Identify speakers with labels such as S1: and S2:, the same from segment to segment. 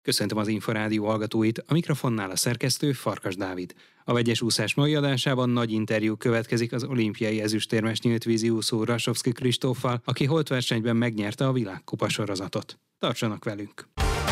S1: Köszöntöm az Inforádió hallgatóit, a mikrofonnál a szerkesztő Farkas Dávid. A vegyes úszás mai adásában nagy interjú következik az olimpiai ezüstérmes nyíltvízi úszó Rasovszky Kristóffal, aki holtversenyben megnyerte a világkupa sorozatot. Tartsanak velünk!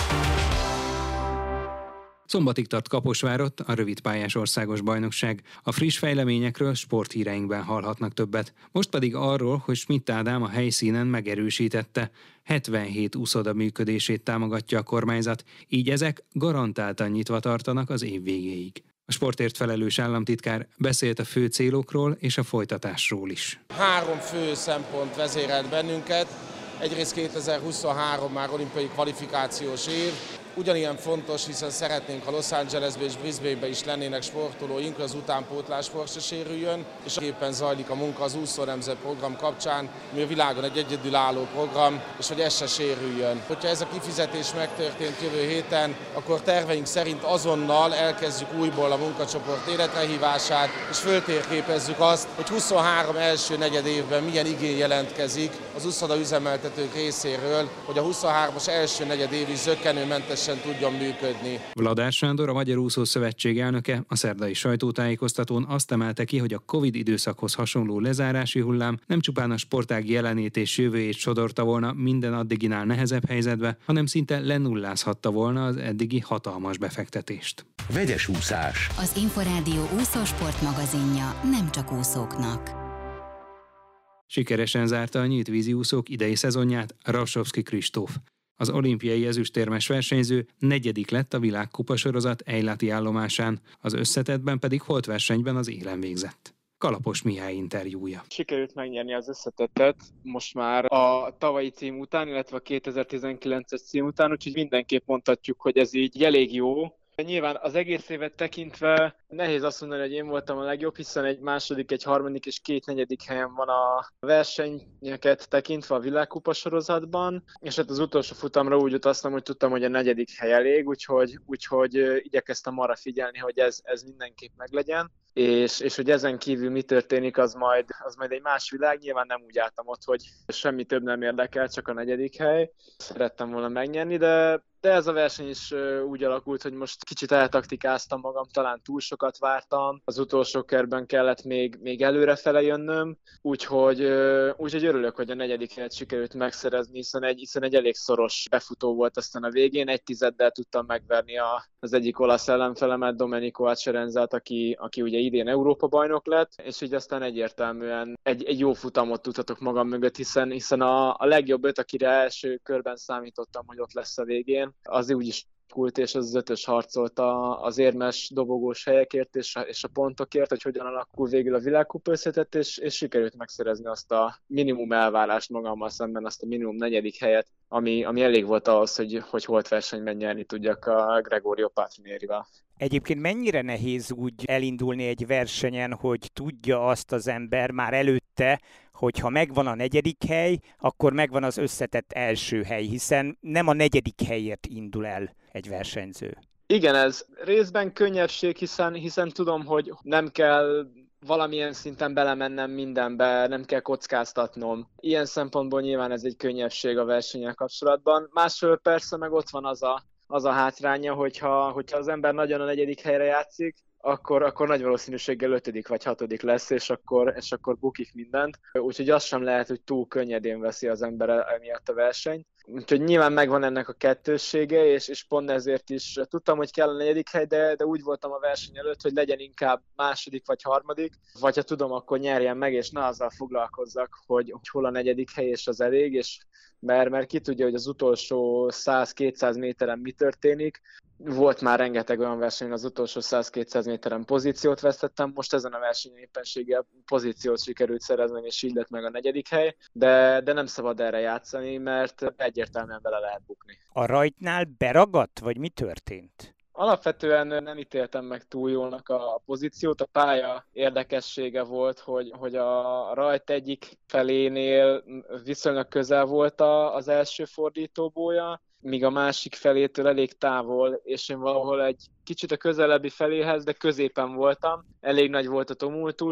S1: Szombatig tart Kaposvárott a rövidpályás országos bajnokság. A friss fejleményekről sporthíreinkben hallhatnak többet. Most pedig arról, hogy Schmidt Ádám a helyszínen megerősítette. 77 úszoda működését támogatja a kormányzat, így ezek garantáltan nyitva tartanak az év végéig. A sportért felelős államtitkár beszélt a fő célokról és a folytatásról is.
S2: 3 fő szempont vezérelt bennünket. Egyrészt 2023 már olimpiai kvalifikációs év. Ugyanilyen fontos, hiszen szeretnénk, ha Los Angelesbe és Brisbanebe is lennének sportolóink, hogy az utánpótlássport se sérüljön, és éppen zajlik a munka az úszónemzet program kapcsán, ami a világon egy egyedülálló program, és hogy ez se sérüljön. Hogyha ez a kifizetés megtörtént jövő héten, akkor terveink szerint azonnal elkezdjük újból a munkacsoport életrehívását, és föltérképezzük azt, hogy 23 első negyedévben milyen igény jelentkezik az úszoda üzemeltetők részéről, hogy a 23-as első negyedév is zökkenőmentesen tudjon működni.
S1: Vladár Sándor, a Magyar Úszó Szövetség elnöke a szerdai sajtótájékoztatón azt emelte ki, hogy a Covid időszakhoz hasonló lezárási hullám nem csupán a sportág jelenét és jövőjét sodorta volna minden addiginál nehezebb helyzetbe, hanem szinte lenullázhatta volna az eddigi hatalmas befektetést.
S3: Vegyes úszás.
S4: Az Inforádió úszósport magazinja nem csak úszóknak.
S1: Sikeresen zárta a nyíltvízi úszók idei szezonját Rasovszky Kristóf. Az olimpiai ezüstérmes versenyző 4. lett a világkupa sorozat Eilati állomásán, az összetettben pedig holtversenyben az élen végzett. Kalapos Mihály interjúja.
S5: Sikerült megnyerni az összetettet most már a tavalyi cím után, illetve a 2019-es cím után, úgyhogy mindenképp mondhatjuk, hogy ez így elég jó. Nyilván az egész évet tekintve nehéz azt mondani, hogy én voltam a legjobb, hiszen egy második, egy harmadik és 2 negyedik helyen van a versenyeket tekintve a világkupa sorozatban, és hát az utolsó futamra úgy utaztam, hogy tudtam, hogy a 4. hely elég, úgyhogy igyekeztem arra figyelni, hogy ez mindenképp meglegyen. És hogy ezen kívül mi történik, az majd egy más világ. Nyilván nem úgy álltam ott, hogy semmi több nem érdekel, csak a 4. hely. Szerettem volna megnyerni, de ez a verseny is úgy alakult, hogy most kicsit eltaktikáztam magam, talán túl sokat vártam. Az utolsó körben kellett még előrefele jönnöm, úgyhogy örülök, hogy a 4. helyet sikerült megszerezni, hiszen egy elég szoros befutó volt aztán a végén. 1 tizeddel tudtam megverni az egyik olasz ellenfelemet, Domenico Acerenzát, aki ugye idén Európa-bajnok lett, és így aztán egyértelműen egy jó futamot tudhatok magam mögött, hiszen a legjobb 5, akire első körben számítottam, hogy ott lesz a végén, az úgy is kult, és az 5-ös harcolt az érmes dobogós helyekért és a pontokért, hogy hogyan alakul végül a világkupa összetett, és sikerült megszerezni azt a minimum elvárást magammal szemben, azt a minimum 4. helyet, ami elég volt ahhoz, hogy holtversenyben nyerni tudjak a Gregorio Patrinérivel.
S6: Egyébként mennyire nehéz úgy elindulni egy versenyen, hogy tudja azt az ember már előtte, hogy ha megvan a 4. hely, akkor megvan az összetett első hely, hiszen nem a 4. helyért indul el egy versenyző.
S5: Igen, ez részben könnyebbség, hiszen tudom, hogy nem kell valamilyen szinten belemennem mindenbe, nem kell kockáztatnom. Ilyen szempontból nyilván ez egy könnyebbség a versennyel kapcsolatban. Másfelől persze meg ott van az a hátránya, hogyha az ember nagyon a 4. helyre játszik, akkor nagy valószínűséggel 5. vagy 6. lesz, és akkor bukik mindent. Úgyhogy az sem lehet, hogy túl könnyedén veszi az ember emiatt a versenyt. Úgyhogy nyilván megvan ennek a kettőssége, és pont ezért is tudtam, hogy kell a 4. hely, de úgy voltam a verseny előtt, hogy legyen inkább 2. vagy 3. vagy ha tudom, akkor nyerjen meg, és ne azzal foglalkozzak, hogy hol a 4. hely, és az elég, és mert ki tudja, hogy az utolsó 100-200 méteren mi történik. Volt már rengeteg olyan verseny, az utolsó 100-200 méteren pozíciót vesztettem, most ezen a versenyen éppenséggel pozíciót sikerült szerezni, és így lett meg a 4. hely, de nem szabad erre játszani, mert egyértelműen bele lehet bukni.
S6: A rajtnál beragadt, vagy mi történt?
S5: Alapvetően nem ítéltem meg túl jólnak a pozíciót. A pálya érdekessége volt, hogy a rajt egyik felénél viszonylag közel volt az első fordítóbója, míg a másik felétől elég távol, és én valahol egy kicsit a közelebbi feléhez, de középen voltam. Elég nagy volt a tumultus,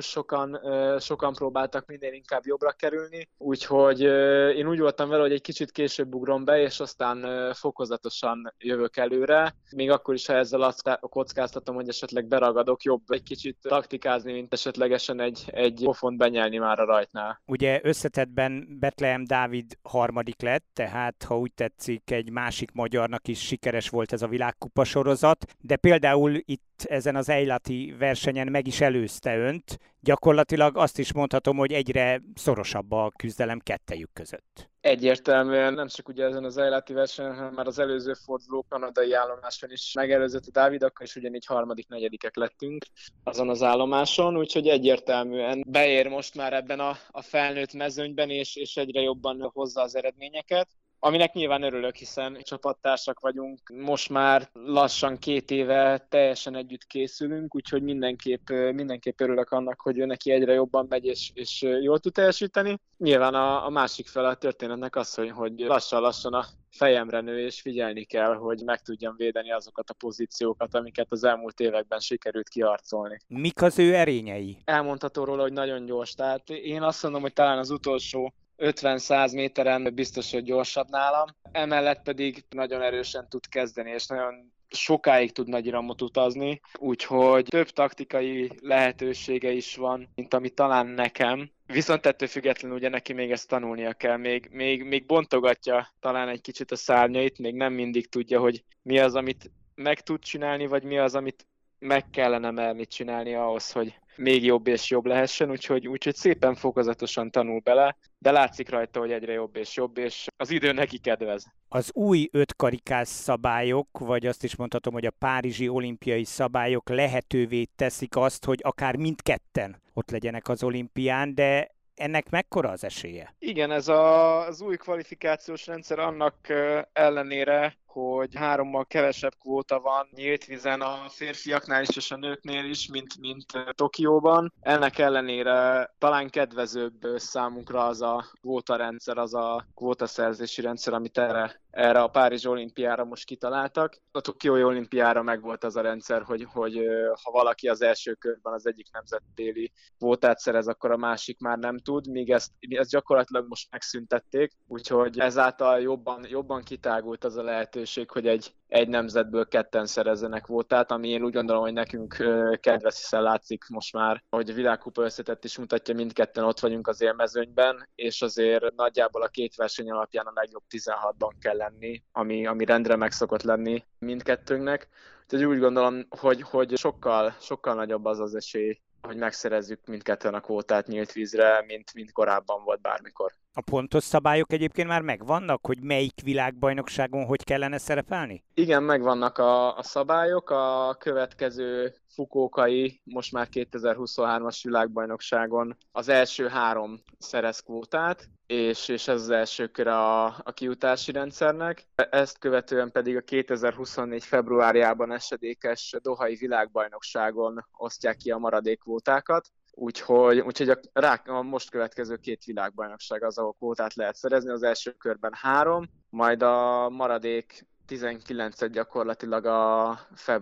S5: sokan próbáltak minél inkább jobbra kerülni, úgyhogy én úgy voltam vele, hogy egy kicsit később ugrom be, és aztán fokozatosan jövök előre. Még akkor is, ha ezzel azt kockáztatom, hogy esetleg beragadok, jobb egy kicsit taktikázni, mint esetlegesen egy pofont benyelni már a rajtnál.
S6: Ugye összetettben Betlehem Dávid harmadik lett, tehát ha úgy tetszik, egy másik magyarnak is sikeres volt ez a világkupa sorozat, de például itt ezen az Eilati versenyen meg is előzte önt. Gyakorlatilag azt is mondhatom, hogy egyre szorosabb a küzdelem kettejük között.
S5: Egyértelműen nem csak ugye ezen az Eilati versenyen, hanem már az előző forduló kanadai állomáson is megelőzött a Dávid, akkor is ugyanígy harmadik, negyedikek lettünk azon az állomáson, úgyhogy egyértelműen beér most már ebben a felnőtt mezőnyben, és egyre jobban hozza az eredményeket. Aminek nyilván örülök, hiszen csapattársak vagyunk, most már lassan 2 éve teljesen együtt készülünk, úgyhogy mindenképp örülök annak, hogy ő neki egyre jobban megy és jól tud teljesíteni. Nyilván a másik fele a történetnek az, hogy lassan a fejemre nő, és figyelni kell, hogy meg tudjam védeni azokat a pozíciókat, amiket az elmúlt években sikerült kiharcolni.
S6: Mik az ő erényei?
S5: Elmondható róla, hogy nagyon gyors, tehát én azt mondom, hogy talán az utolsó 50-100 méteren biztos, hogy gyorsabb nálam. Emellett pedig nagyon erősen tud kezdeni, és nagyon sokáig tud nagy iramot utazni, úgyhogy több taktikai lehetősége is van, mint ami talán nekem. Viszont ettől függetlenül ugye neki még ezt tanulnia kell, még bontogatja talán egy kicsit a szárnyait, még nem mindig tudja, hogy mi az, amit meg tud csinálni, vagy mi az, amit meg kellene merni csinálni ahhoz, hogy még jobb és jobb lehessen, úgyhogy szépen fokozatosan tanul bele, de látszik rajta, hogy egyre jobb, és az idő neki kedvez.
S6: Az új 5 karikás szabályok, vagy azt is mondhatom, hogy a párizsi olimpiai szabályok lehetővé teszik azt, hogy akár mindketten ott legyenek az olimpián, de ennek mekkora az esélye?
S5: Igen, ez az új kvalifikációs rendszer annak ellenére, hogy 3-mal kevesebb kvóta van nyílt vízen a férfiaknál is és a nőknél is, mint Tokióban. Ennek ellenére talán kedvezőbb számunkra az a kvótarendszer, az a kvótaszerzési rendszer, amit erre a Párizsi olimpiára most kitaláltak. A Tokiói olimpiára megvolt az a rendszer, hogy ha valaki az első körben az egyik nemzettéli kvótát szerez, akkor a másik már nem tud, míg ezt gyakorlatilag most megszüntették, úgyhogy ezáltal jobban kitágult az a lehetőség, hogy egy nemzetből ketten szerezzenek kvótát, ami én úgy gondolom, hogy nekünk kedves, hiszen látszik most már, hogy a világkupa összetett is mutatja, mindketten ott vagyunk az élmezőnyben, és azért nagyjából a 2 verseny alapján a legjobb 16-ban kell lenni, ami rendre meg szokott lenni mindkettőnknek. Úgyhogy úgy gondolom, hogy sokkal nagyobb az esély, hogy megszerezzük mindketten a kvótát nyílt vízre, mint korábban volt bármikor.
S6: A pontos szabályok egyébként már megvannak, hogy melyik világbajnokságon hogy kellene szerepelni?
S5: Igen, megvannak a szabályok, a következő Fukuokai, most már 2023-as világbajnokságon az első 3 szerez kvótát, és ez az első kör a kijutási rendszernek. Ezt követően pedig a 2024. februárjában esedékes Dohai világbajnokságon osztják ki a maradék kvótákat. Úgyhogy a most következő 2 világbajnokság az, ahol kvótát lehet szerezni, az első körben 3, majd a maradék 19-et gyakorlatilag a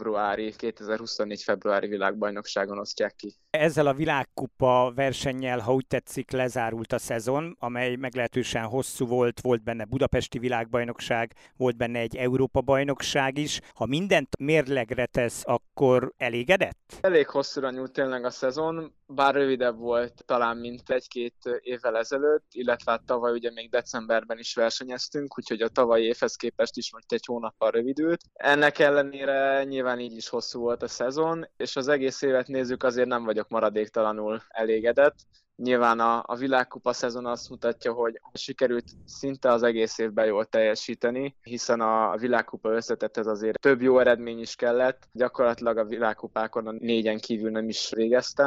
S5: 2024. februári világbajnokságon osztják ki.
S6: Ezzel a világkupa versennyel, ha úgy tetszik, lezárult a szezon, amely meglehetősen hosszú volt benne budapesti világbajnokság, volt benne egy Európa-bajnokság is. Ha mindent mérlegre tesz, akkor elégedett?
S5: Elég hosszúra nyúlt tényleg a szezon, bár rövidebb volt talán, mint 1-2 évvel ezelőtt, illetve hát tavaly ugye még decemberben is versenyeztünk, úgyhogy a tavalyi évhez képest is most egy hónappal rövidült. Ennek ellenére nyilván így is hosszú volt a szezon, és az egész évet nézzük, azért nem vagyok maradéktalanul elégedett. Nyilván a világkupa szezon azt mutatja, hogy sikerült szinte az egész évben jól teljesíteni, hiszen a világkupa összetetthez azért több jó eredmény is kellett. Gyakorlatilag a világkupákon a 4-en kívül nem is végeztem.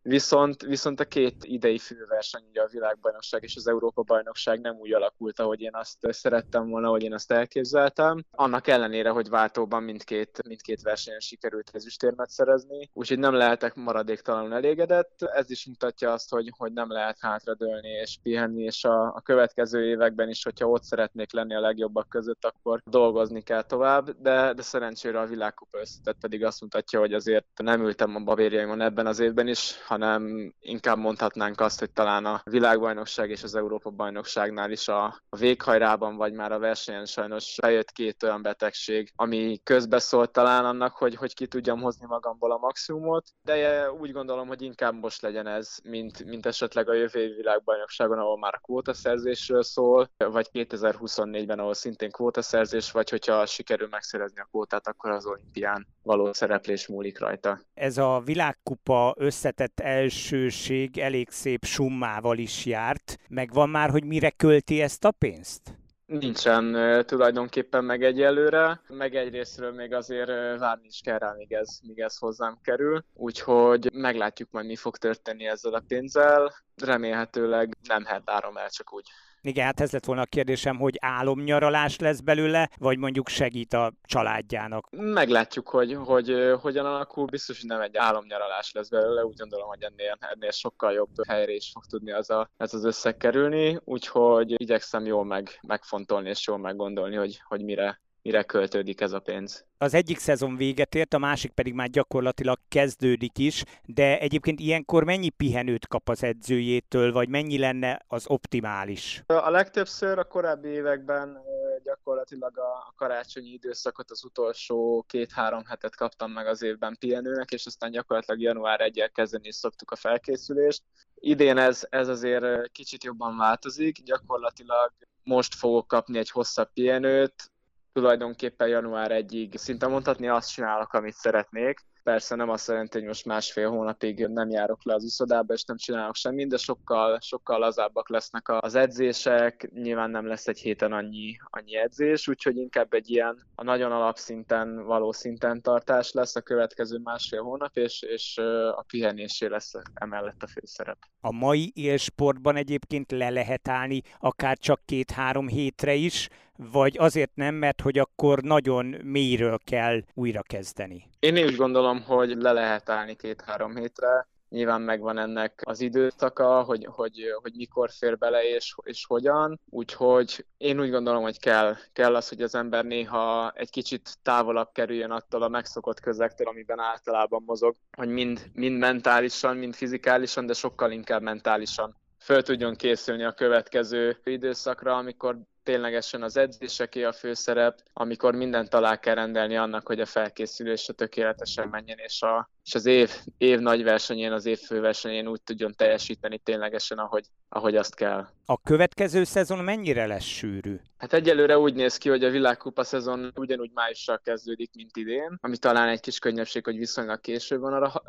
S5: Viszont a két idei főverseny, ugye a világbajnokság és az Európa-bajnokság nem úgy alakult, ahogy én azt szerettem volna, ahogy én azt elképzeltem. Annak ellenére, hogy váltóban mindkét versenyen sikerült ezüstérmet szerezni, úgyhogy nem lehetek maradéktalanul elégedett. Ez is mutatja azt, hogy nem lehet hátradőlni és pihenni, és a következő években is, hogyha ott szeretnék lenni a legjobbak között, akkor dolgozni kell tovább, de szerencsére a világkupa összetett pedig azt mutatja, hogy azért nem ültem a babérjaimon ebben az évben is, hanem inkább mondhatnánk azt, hogy talán a világbajnokság és az Európa-bajnokságnál is a véghajrában, vagy már a versenyen sajnos bejött két olyan betegség, ami közbeszólt talán annak, hogy ki tudjam hozni magamból a maximumot, de úgy gondolom, hogy inkább most legyen ez, mint esetleg a jövő évi világbajnokságon, ahol már a kvótaszerzésről szól, vagy 2024-ben, ahol szintén kvótaszerzés, vagy hogyha sikerül megszerezni a kvótát, akkor az olimpián való szereplés múlik rajta.
S6: Ez a világkupa összetett elsőség elég szép summával is járt. Megvan már, hogy mire költi ezt a pénzt?
S5: Nincsen tulajdonképpen meg egyelőre, meg egyrésztről még azért várni is kell rá, míg ez hozzám kerül, úgyhogy meglátjuk majd, mi fog történni ezzel a pénzzel, remélhetőleg nem herdárom el csak úgy.
S6: Igen, hát ez lett volna a kérdésem, hogy álomnyaralás lesz belőle, vagy mondjuk segít a családjának?
S5: Meglátjuk, hogy hogyan alakul. Biztos, hogy nem egy álomnyaralás lesz belőle. Úgy gondolom, hogy ennél sokkal jobb helyre is fog tudni ez az összeg kerülni. Úgyhogy igyekszem jól megfontolni és jól meggondolni, hogy mire költődik ez a pénz.
S6: Az egyik szezon véget ért, a másik pedig már gyakorlatilag kezdődik is, de egyébként ilyenkor mennyi pihenőt kap az edzőjétől, vagy mennyi lenne az optimális?
S5: A legtöbbször a korábbi években gyakorlatilag a karácsonyi időszakot, az utolsó 2-3 hetet kaptam meg az évben pihenőnek, és aztán gyakorlatilag január 1-jel kezdeni is szoktuk a felkészülést. Idén ez azért kicsit jobban változik, gyakorlatilag most fogok kapni egy hosszabb pihenőt, tulajdonképpen január 1-ig szinte mondhatni azt csinálok, amit szeretnék. Persze nem azt jelenti, hogy most másfél hónapig nem járok le az uszodába, és nem csinálok semmit, de sokkal lazábbak lesznek az edzések. Nyilván nem lesz egy héten annyi edzés, úgyhogy inkább egy ilyen a nagyon alapszinten való szintentartás lesz a következő másfél hónap, és a pihenésé lesz emellett a főszerep.
S6: A mai élsportban egyébként le lehet állni akár csak 2-3 hétre is, vagy azért nem, mert hogy akkor nagyon mélyről kell újra kezdeni?
S5: Én úgy gondolom, hogy le lehet állni 2-3 hétre. Nyilván megvan ennek az időszaka, hogy mikor fér bele és hogyan. Úgyhogy én úgy gondolom, hogy kell az, hogy az ember néha egy kicsit távolabb kerüljön attól a megszokott közegtől, amiben általában mozog, hogy mind mentálisan, mind fizikálisan, de sokkal inkább mentálisan föl tudjon készülni a következő időszakra, amikor ténylegesen az edzéseké a főszerep, amikor mindent alá kell rendelni annak, hogy a felkészülése tökéletesen menjen, és az év nagy versenyén, az év főversenyén úgy tudjon teljesíteni ténylegesen, ahogy azt kell.
S6: A következő szezon mennyire lesz sűrű?
S5: Hát egyelőre úgy néz ki, hogy a világkupa szezon ugyanúgy májussal kezdődik, mint idén, ami talán egy kis könnyebbség, hogy viszonylag késő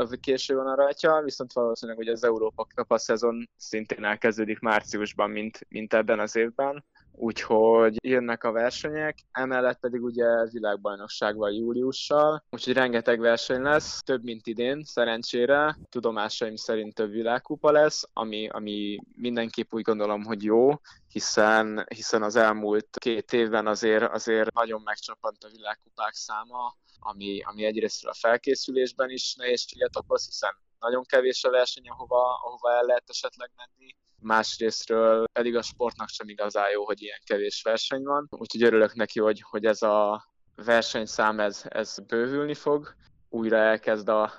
S5: van a rajtja, viszont valószínűleg, hogy az Európa szezon szintén elkezdődik márciusban, mint ebben az évben. Úgyhogy jönnek a versenyek, emellett pedig ugye világbajnokságval júliussal, úgyhogy rengeteg verseny lesz, több mint idén, szerencsére. Tudomásaim szerint több világkupa lesz, ami mindenképp úgy gondolom, hogy jó, hiszen az elmúlt 2 évben azért nagyon megcsapant a világkupák száma, ami egyrésztről a felkészülésben is nehézséget okoz, hiszen nagyon kevés a verseny, ahova el lehet esetleg menni. Másrésztről pedig a sportnak sem igazán jó, hogy ilyen kevés verseny van. Úgyhogy örülök neki, hogy ez a versenyszám ez bővülni fog. Újra elkezd a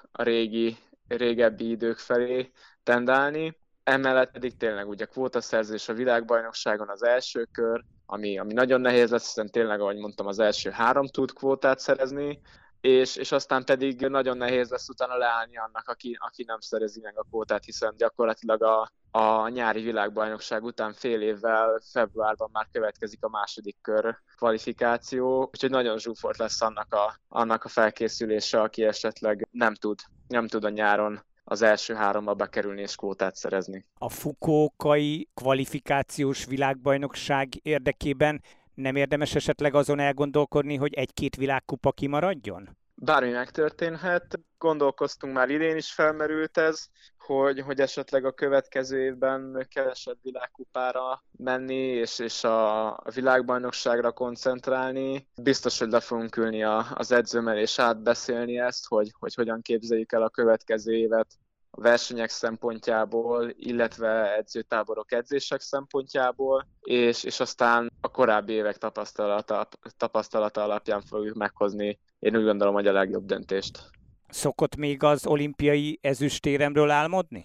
S5: régebbi idők felé tendálni. Emellett pedig tényleg ugye kvótaszerzés a világbajnokságon az első kör, ami nagyon nehéz lesz, hiszen tényleg, ahogy mondtam, az első 3 tud kvótát szerezni, és aztán pedig nagyon nehéz lesz utána leállni annak, aki nem szerezi meg a kvótát, hiszen gyakorlatilag a nyári világbajnokság után fél évvel, februárban már következik a második kör kvalifikáció, úgyhogy nagyon zsúfolt lesz annak a felkészülése, aki esetleg nem tud a nyáron az első 3-ba bekerülni és kvótát szerezni.
S6: A fukuokai kvalifikációs világbajnokság érdekében nem érdemes esetleg azon elgondolkodni, hogy 1-2 világkupa kimaradjon?
S5: Bármi megtörténhet. Gondolkoztunk, már idén is felmerült ez, hogy esetleg a következő évben kevesebb világkupára menni, és a világbajnokságra koncentrálni. Biztos, hogy le fogunk ülni az edzőmmel, és átbeszélni ezt, hogy hogyan képzeljük el a következő évet a versenyek szempontjából, illetve edzőtáborok, edzések szempontjából, és aztán a korábbi évek tapasztalata alapján fogjuk meghozni, én úgy gondolom, hogy a legjobb döntést.
S6: Szokott még az olimpiai ezüstéremről álmodni?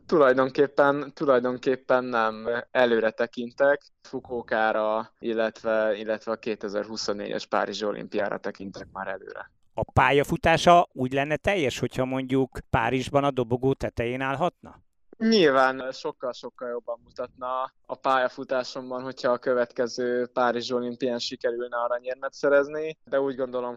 S5: Tulajdonképpen nem, előre tekintek, Fukuokára, illetve a 2024-es Párizsi olimpiára tekintek már előre.
S6: A pályafutása úgy lenne teljes, hogyha mondjuk Párizsban a dobogó tetején állhatna?
S5: Nyilván sokkal-sokkal jobban mutatna a pályafutásomban, hogyha a következő Párizsi olimpián sikerülne aranyérmet szerezni, de úgy gondolom,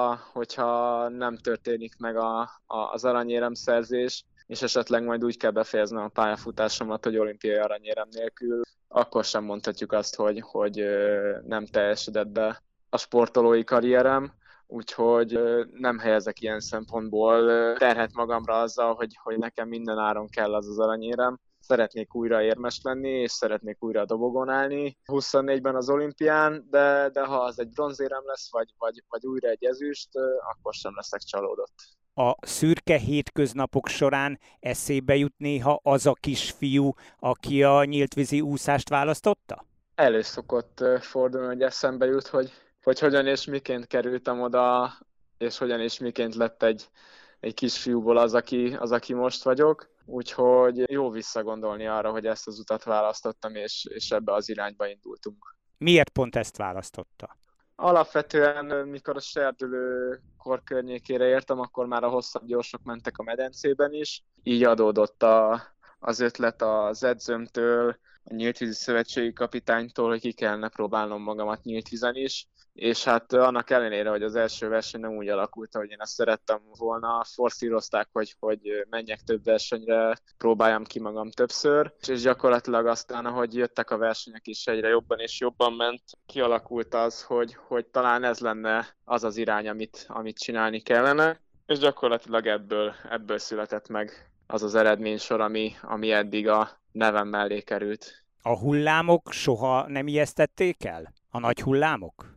S5: hogyha nem történik meg az aranyéremszerzés, és esetleg majd úgy kell befejeznem a pályafutásomat, hogy olimpiai aranyérem nélkül, akkor sem mondhatjuk azt, hogy nem teljesedett be a sportolói karrierem. Úgyhogy nem helyezek ilyen szempontból terhet magamra azzal, hogy nekem minden áron kell az aranyérem. Szeretnék újra érmes lenni, és szeretnék újra dobogon állni 24-ben az olimpián, de ha az egy bronzérem lesz, vagy újra egy ezüst, akkor sem leszek csalódott.
S6: A szürke hétköznapok során eszébe jut néha az a kisfiú, aki a nyíltvízi úszást választotta?
S5: Elő szokott fordulni, hogy eszembe jut, hogy hogyan és miként kerültem oda, és hogyan és miként lett egy kisfiúból az, aki most vagyok. Úgyhogy jó visszagondolni arra, hogy ezt az utat választottam, és ebbe az irányba indultunk.
S6: Miért pont ezt választotta?
S5: Alapvetően, mikor a serdülő kor környékére értem, akkor már a hosszabb gyorsok mentek a medencében is. Így adódott az ötlet az edzőmtől, a nyíltvízi szövetségi kapitánytól, hogy ki kellene próbálnom magamat nyíltvízen is. És hát annak ellenére, hogy az első verseny nem úgy alakult, ahogy én ezt szerettem volna, forszírozták, hogy menjek több versenyre, próbáljam ki magam többször, és gyakorlatilag aztán, ahogy jöttek a versenyek is egyre jobban és jobban ment, kialakult az, hogy talán ez lenne az az irány, amit csinálni kellene, és gyakorlatilag ebből született meg az az eredménysor, ami eddig a nevem mellé került.
S6: A hullámok soha nem ijesztették el? A nagy hullámok?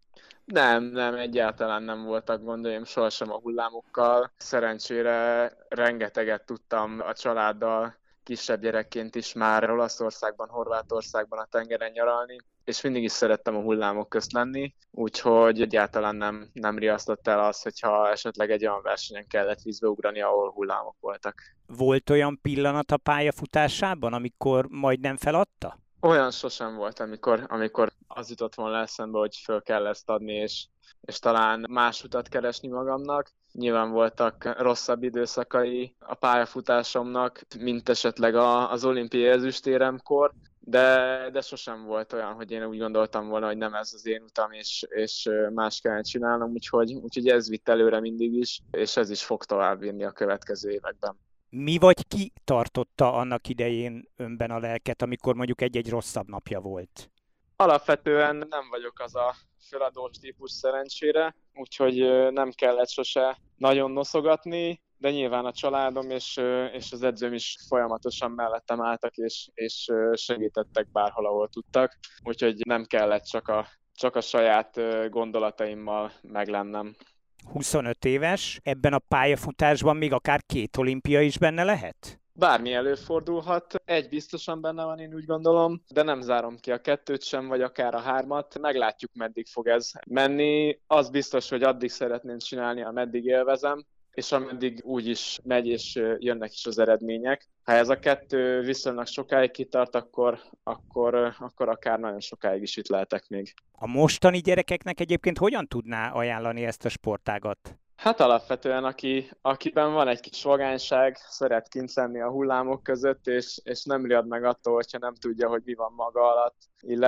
S5: Nem, egyáltalán nem voltak gondjaim sohasem a hullámokkal. Szerencsére rengeteget tudtam a családdal kisebb gyerekként is már Olaszországban, Horvátországban a tengeren nyaralni, és mindig is szerettem a hullámok közt lenni, úgyhogy egyáltalán nem riasztott el az, hogyha esetleg egy olyan versenyen kellett vízbe ugrani, ahol hullámok voltak.
S6: Volt olyan pillanat a pályafutásában, amikor majdnem feladta?
S5: Olyan sosem volt, amikor az jutott volna eszembe, hogy föl kell ezt adni, és talán más utat keresni magamnak. Nyilván voltak rosszabb időszakai a pályafutásomnak, mint esetleg az olimpiai ezüstéremkor, de sosem volt olyan, hogy én úgy gondoltam volna, hogy nem ez az én utam, és más kellene csinálnom, úgyhogy ez vitt előre mindig is, és ez is fog tovább vinni a következő években.
S6: Mi vagy ki tartotta annak idején önben a lelket, amikor mondjuk egy-egy rosszabb napja volt?
S5: Alapvetően nem vagyok az a feladós típus szerencsére, úgyhogy nem kellett sose nagyon noszogatni, de nyilván a családom és az edzőm is folyamatosan mellettem álltak, és segítettek bárhol, ahol tudtak, úgyhogy nem kellett csak a saját gondolataimmal meglennem.
S6: 25 éves, ebben a pályafutásban még akár 2 olimpia is benne lehet?
S5: Bármi előfordulhat, egy biztosan benne van, én úgy gondolom, de nem zárom ki a 2-t sem, vagy akár a 3-at. Meglátjuk, meddig fog ez menni. Az biztos, hogy addig szeretném csinálni, ameddig élvezem, és ameddig úgy is megy, és jönnek is az eredmények. Ha ez a 2 viszonylag sokáig kitart, akkor akár nagyon sokáig is itt lehetek még.
S6: A mostani gyerekeknek egyébként hogyan tudná ajánlani ezt a sportágat?
S5: Hát alapvetően, akiben van egy kis vagányság, szeret kint lenni a hullámok között, és nem riad meg attól, hogyha nem tudja, hogy mi van maga alatt,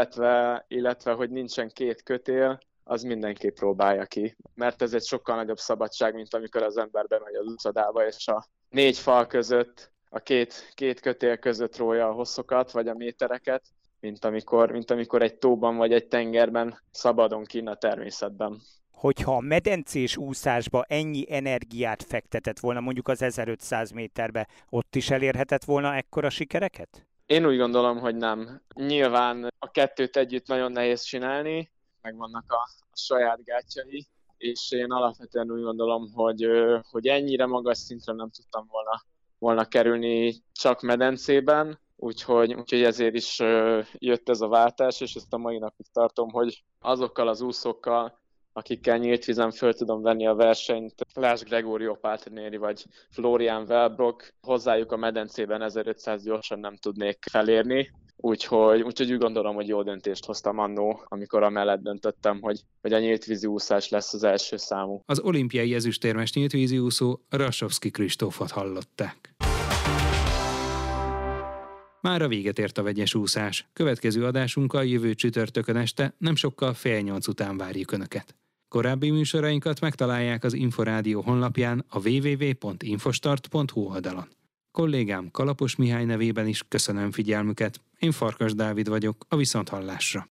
S5: illetve hogy nincsen 2 kötél, az mindenképp próbálja ki. Mert ez egy sokkal nagyobb szabadság, mint amikor az ember bemegy az utcadába, és a 4 fal között, a két kötél között rója a hosszokat, vagy a métereket, mint amikor egy tóban vagy egy tengerben szabadon kinn a természetben.
S6: hogyha a medencés úszásba ennyi energiát fektetett volna, mondjuk az 1500 méterbe, ott is elérhetett volna ekkora sikereket?
S5: Én úgy gondolom, hogy nem. Nyilván a kettőt együtt nagyon nehéz csinálni, megvannak a saját gátjai, és én alapvetően úgy gondolom, hogy ennyire magas szintre nem tudtam volna kerülni csak medencében, úgyhogy ezért is jött ez a váltás, és ezt a mai napig tartom, hogy azokkal az úszókkal, akikkel nyílt vízen föl tudom venni a versenyt, lásd Gregorio Patrinelli vagy Florian Wellbrock, hozzájuk a medencében 1500 gyorsan nem tudnék felérni, úgyhogy úgy gondolom, hogy jó döntést hoztam annó, amikor amellett döntöttem, hogy a nyíltvízi úszás lesz az első számú.
S1: Az olimpiai ezüstérmes nyíltvízi úszó Rasovszky Kristófot hallották. Mára véget ért a vegyes úszás. Következő adásunkkal jövő csütörtökön este nem sokkal 7:30 után várjuk Önöket. Korábbi műsorainkat megtalálják az Inforádió honlapján a www.infostart.hu oldalon. Kollégám Kalapos Mihály nevében is köszönöm figyelmüket. Én Farkas Dávid vagyok, a viszonthallásra.